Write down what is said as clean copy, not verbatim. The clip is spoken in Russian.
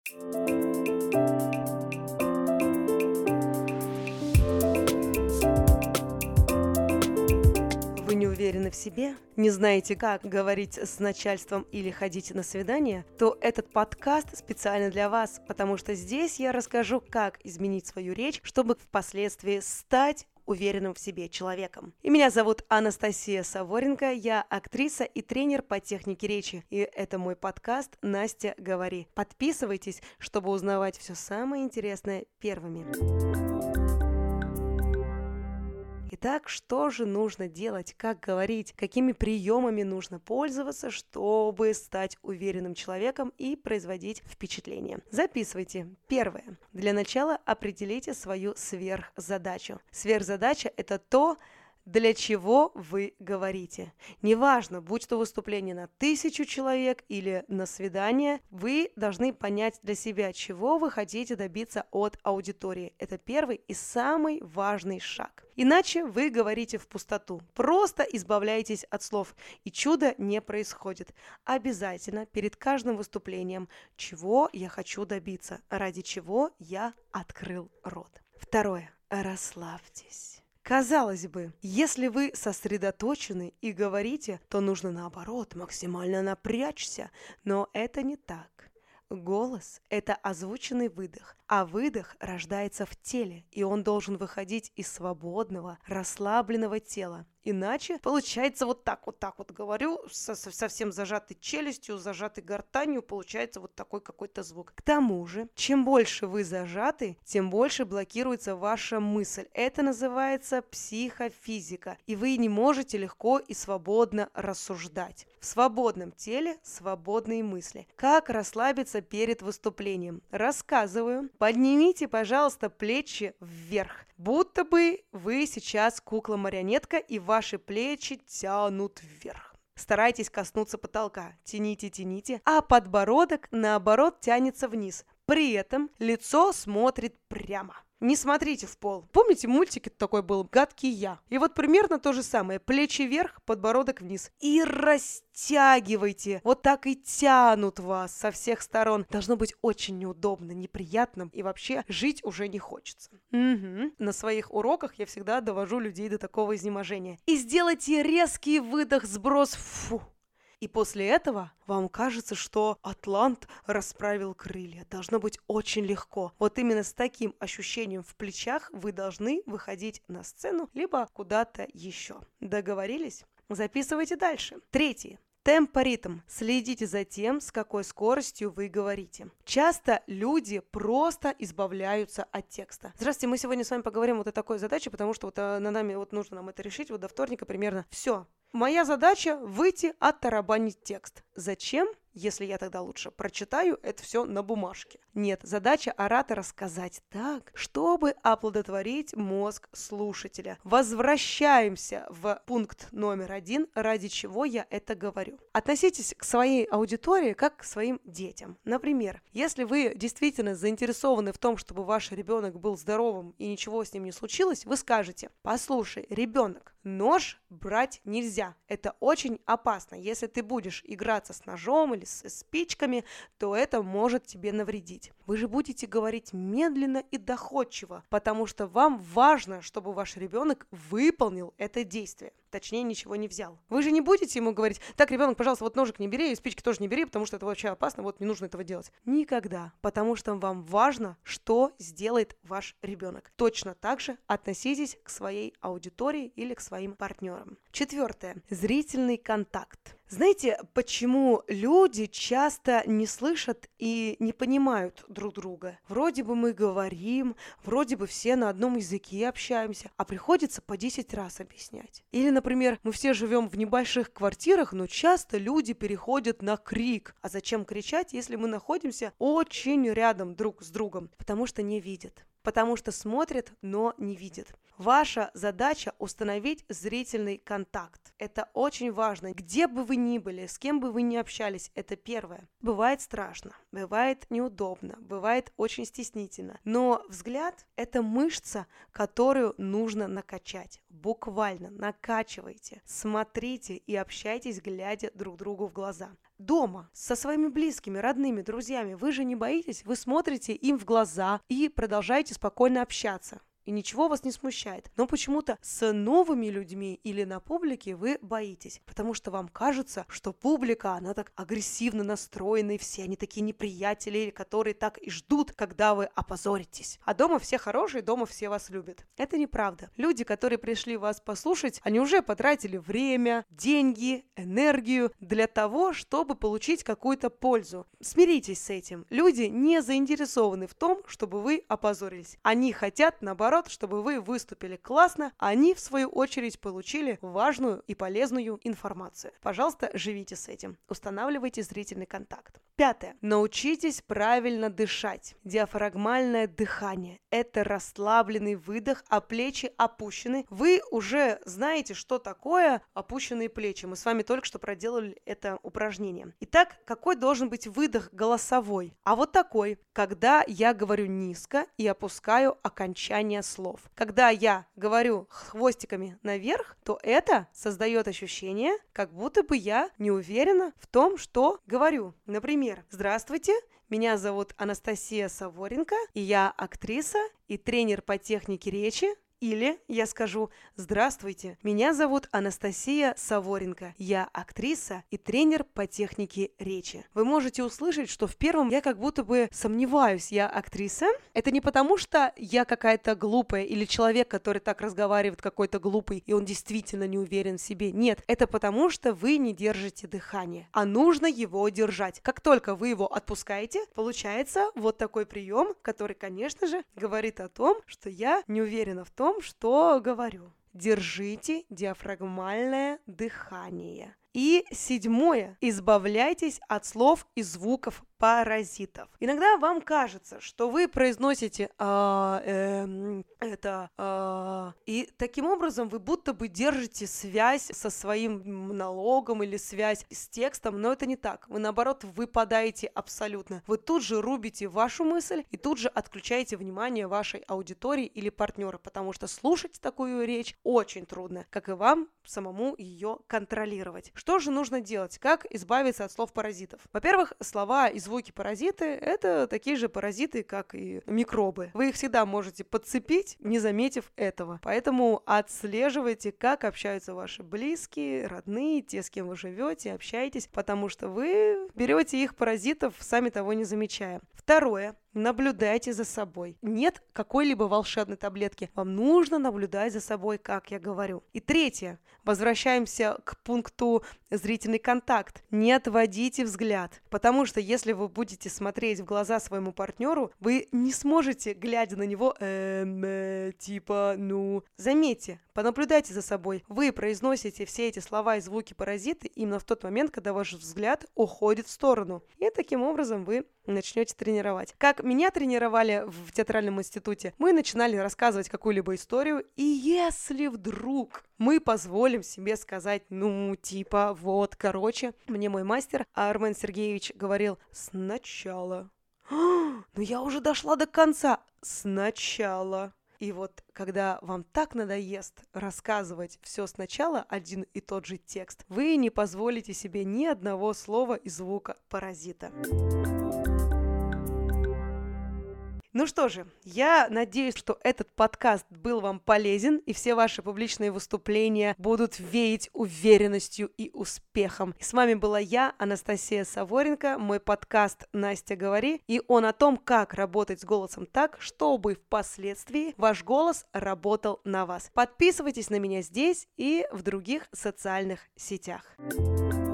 Вы не уверены в себе? Не знаете, как говорить с начальством или ходить на свидание? То этот подкаст специально для вас, потому что здесь я расскажу, как изменить свою речь, чтобы впоследствии стать уверенным в себе человеком. И меня зовут Анастасия Саворенко, я актриса и тренер по технике речи. И это мой подкаст «Настя, говори». Подписывайтесь, чтобы узнавать все самое интересное первыми. Итак, что же нужно делать, как говорить, какими приемами нужно пользоваться, чтобы стать уверенным человеком и производить впечатление? Записывайте. Первое. Для начала определите свою сверхзадачу. Сверхзадача – это то, для чего вы говорите. Неважно, будь то выступление на 1000 человек или на свидание, вы должны понять для себя, чего вы хотите добиться от аудитории. Это первый и самый важный шаг. Иначе вы говорите в пустоту. Просто избавляйтесь от слов, и чудо не происходит. Обязательно перед каждым выступлением, чего я хочу добиться, ради чего я открыл рот. Второе. Расслабьтесь. Казалось бы, если вы сосредоточены и говорите, то нужно наоборот максимально напрячься, но это не так. Голос – это озвученный выдох, а выдох рождается в теле, и он должен выходить из свободного, расслабленного тела. Иначе получается вот так вот говорю, совсем зажатой челюстью, зажатой гортанью, получается вот такой какой-то звук. К тому же, чем больше вы зажаты, тем больше блокируется ваша мысль. Это называется психофизика, и вы не можете легко и свободно рассуждать. В свободном теле свободные мысли. Как расслабиться перед выступлением? Рассказываю. Поднимите, пожалуйста, плечи вверх, будто бы вы сейчас кукла-марионетка и ваши плечи тянут вверх. Старайтесь коснуться потолка. Тяните, а подбородок, наоборот, тянется вниз. При этом лицо смотрит прямо. Не смотрите в пол. Помните, мультик такой был «Гадкий я»? И вот примерно то же самое. Плечи вверх, подбородок вниз. И растягивайте. Вот так и тянут вас со всех сторон. Должно быть очень неудобно, неприятно. И вообще жить уже не хочется. На своих уроках я всегда довожу людей до такого изнеможения. И сделайте резкий выдох, сброс. Фу. И после этого вам кажется, что атлант расправил крылья. Должно быть очень легко. Вот именно с таким ощущением в плечах вы должны выходить на сцену, либо куда-то еще. Договорились? Записывайте дальше. Третий. Темпоритм. Следите за тем, с какой скоростью вы говорите. Часто люди просто избавляются от текста. Здравствуйте, мы сегодня с вами поговорим вот о такой задаче, потому что нужно нам это решить вот до вторника примерно. Все. Моя задача выйти оттарабанить текст. Зачем? Если я тогда лучше прочитаю это все на бумажке. Нет, задача оратора сказать так, чтобы оплодотворить мозг слушателя. Возвращаемся в пункт номер 1, ради чего я это говорю. Относитесь к своей аудитории как к своим детям. Например, если вы действительно заинтересованы в том, чтобы ваш ребенок был здоровым и ничего с ним не случилось, вы скажете: послушай, ребенок, нож брать нельзя. Это очень опасно. Если ты будешь играться с ножом или с спичками, то это может тебе навредить. Вы же будете говорить медленно и доходчиво, потому что вам важно, чтобы ваш ребенок выполнил это действие. Точнее, ничего не взял. Вы же не будете ему говорить: так, ребенок, пожалуйста, вот ножик не бери, и спички тоже не бери, потому что это вообще опасно, вот не нужно этого делать. Никогда. Потому что вам важно, что сделает ваш ребенок. Точно так же относитесь к своей аудитории или к своим партнерам. Четвертое. Зрительный контакт. Знаете, почему люди часто не слышат и не понимают друг друга? Вроде бы мы говорим, вроде бы все на одном языке общаемся, а приходится по 10 раз объяснять. Или, например, мы все живем в небольших квартирах, но часто люди переходят на крик. А зачем кричать, если мы находимся очень рядом друг с другом? Потому что не видят. Потому что смотрят, но не видят. Ваша задача установить зрительный контакт. Это очень важно. Где бы вы ни были, с кем бы вы ни общались, это первое. Бывает страшно, бывает неудобно, бывает очень стеснительно. Но взгляд – это мышца, которую нужно накачать. Буквально накачивайте, смотрите и общайтесь, глядя друг другу в глаза. дома со своими близкими, родными, друзьями, вы же не боитесь, вы смотрите им в глаза и продолжаете спокойно общаться. И ничего вас не смущает. Но почему-то с новыми людьми или на публике вы боитесь, потому что вам кажется, что публика, она так агрессивно настроена, и все они такие неприятели, которые так и ждут, когда вы опозоритесь. А дома все хорошие, дома все вас любят. Это неправда. Люди, которые пришли вас послушать, они уже потратили время, деньги, энергию для того, чтобы получить какую-то пользу. Смиритесь с этим. Люди не заинтересованы в том, чтобы вы опозорились. Они хотят, наоборот, чтобы вы выступили классно, а они, в свою очередь, получили важную и полезную информацию. Пожалуйста, живите с этим. Устанавливайте зрительный контакт. 5. Научитесь правильно дышать. Диафрагмальное дыхание. Это расслабленный выдох, а плечи опущены. Вы уже знаете, что такое опущенные плечи. Мы с вами только что проделали это упражнение. Итак, какой должен быть выдох голосовой? А вот такой, когда я говорю низко и опускаю окончание слов. Когда я говорю хвостиками наверх, то это создает ощущение, как будто бы я не уверена в том, что говорю. Например, здравствуйте, меня зовут Анастасия Саворенко, и я актриса и тренер по технике речи. Или я скажу: здравствуйте, меня зовут Анастасия Саворенко, я актриса и тренер по технике речи. Вы можете услышать, что в первом я как будто бы сомневаюсь, я актриса. Это не потому, что я какая-то глупая или человек, который так разговаривает, какой-то глупый, и он действительно не уверен в себе. Нет, это потому, что вы не держите дыхание, а нужно его держать. Как только вы его отпускаете, получается вот такой прием, который, конечно же, говорит о том, что я не уверена в том, что говорю. Держите диафрагмальное дыхание. И 7. Избавляйтесь от слов и звуков паразитов. Иногда вам кажется, что вы произносите и таким образом вы будто бы держите связь со своим монологом или связь с текстом, но это не так. Вы, наоборот, выпадаете абсолютно. Вы тут же рубите вашу мысль и тут же отключаете внимание вашей аудитории или партнера, потому что слушать такую речь очень трудно, как и вам самому ее контролировать. Что же нужно делать? Как избавиться от слов паразитов? Во-первых, слова и звуки паразиты – это такие же паразиты, как и микробы. Вы их всегда можете подцепить, не заметив этого. Поэтому отслеживайте, как общаются ваши близкие, родные, те, с кем вы живете, общаетесь, потому что вы берете их паразитов, сами того не замечая. 2. Наблюдайте за собой. Нет какой-либо волшебной таблетки. Вам нужно наблюдать за собой, как я говорю. И 3. Возвращаемся к пункту зрительный контакт. Не отводите взгляд. Потому что если вы будете смотреть в глаза своему партнеру, вы не сможете, глядя на него, Заметьте, понаблюдайте за собой. Вы произносите все эти слова и звуки паразиты именно в тот момент, когда ваш взгляд уходит в сторону. И таким образом вы начнете тренировать. Как меня тренировали в театральном институте, мы начинали рассказывать какую-либо историю, и если вдруг мы позволим себе сказать, мне мой мастер Армен Сергеевич говорил сначала. Я уже дошла до конца. Сначала. И вот когда вам так надоест рассказывать все сначала, один и тот же текст, вы не позволите себе ни одного слова и звука паразита. Ну что же, я надеюсь, что этот подкаст был вам полезен, и все ваши публичные выступления будут веять уверенностью и успехом. И с вами была я, Анастасия Саворенко, мой подкаст «Настя, говори», и он о том, как работать с голосом так, чтобы впоследствии ваш голос работал на вас. Подписывайтесь на меня здесь и в других социальных сетях.